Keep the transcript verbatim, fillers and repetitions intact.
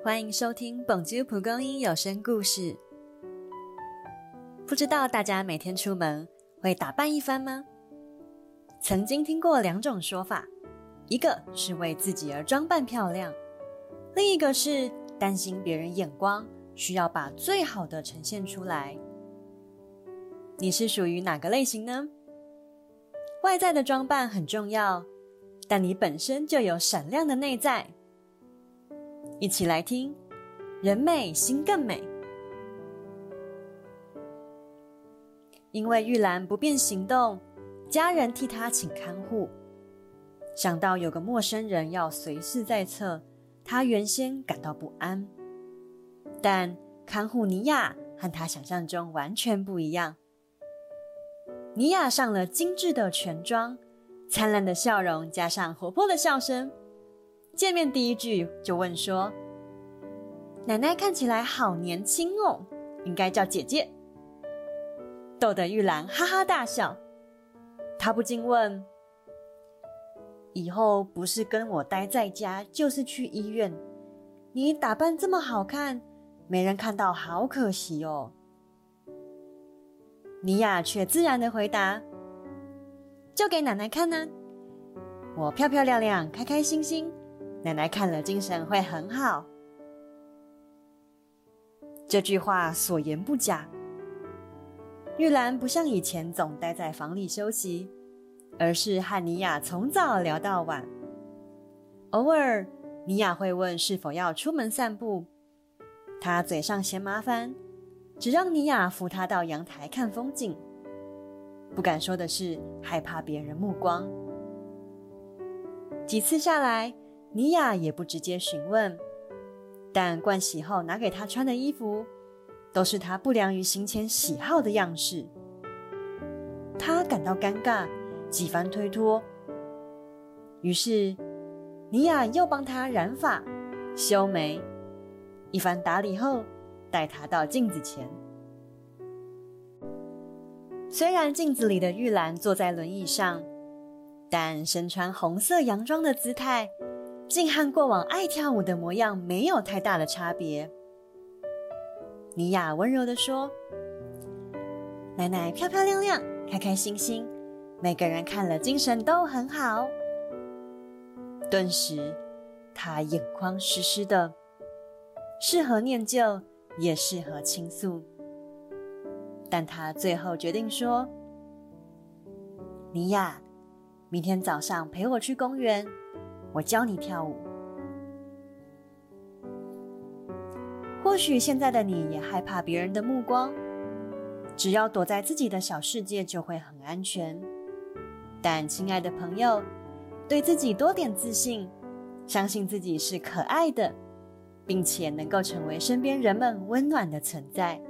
欢迎收听蹦啾蒲公英有声故事。不知道大家每天出门会打扮一番吗？曾经听过两种说法，一个是为自己而装扮漂亮，另一个是担心别人眼光，需要把最好的呈现出来。你是属于哪个类型呢？外在的装扮很重要，但你本身就有闪亮的内在。一起来听，人美心更美。因为玉兰不便行动，家人替她请看护。想到有个陌生人要随侍在侧，她原先感到不安。但看护尼亚和她想象中完全不一样。尼亚上了精致的全妆，灿烂的笑容加上活泼的笑声。见面第一句就问说：奶奶看起来好年轻哦，应该叫姐姐。逗得玉兰哈哈大笑。她不禁问：以后不是跟我待在家，就是去医院，你打扮这么好看，没人看到好可惜哦。尼亚却自然地回答：就给奶奶看啊，我漂漂亮亮开开心心，奶奶看了精神会很好。这句话所言不假。玉兰不像以前总待在房里休息，而是和尼亚从早聊到晚。偶尔尼亚会问是否要出门散步，她嘴上嫌麻烦，只让尼亚扶她到阳台看风景。不敢说的是害怕别人目光。几次下来，尼亚也不直接询问，但盥洗后拿给他穿的衣服都是他不良于行前喜好的样式。他感到尴尬，几番推脱，于是尼亚又帮他染发修眉，一番打理后带他到镜子前。虽然镜子里的玉兰坐在轮椅上，但身穿红色洋装的姿态竟和过往爱跳舞的模样没有太大的差别。尼亚温柔地说：奶奶漂漂亮亮，开开心心，每个人看了精神都很好。顿时她眼眶湿湿的，适合念旧，也适合倾诉。但她最后决定说：尼亚，明天早上陪我去公园，我教你跳舞。或许现在的你也害怕别人的目光，只要躲在自己的小世界就会很安全。但亲爱的朋友，对自己多点自信，相信自己是可爱的，并且能够成为身边人们温暖的存在。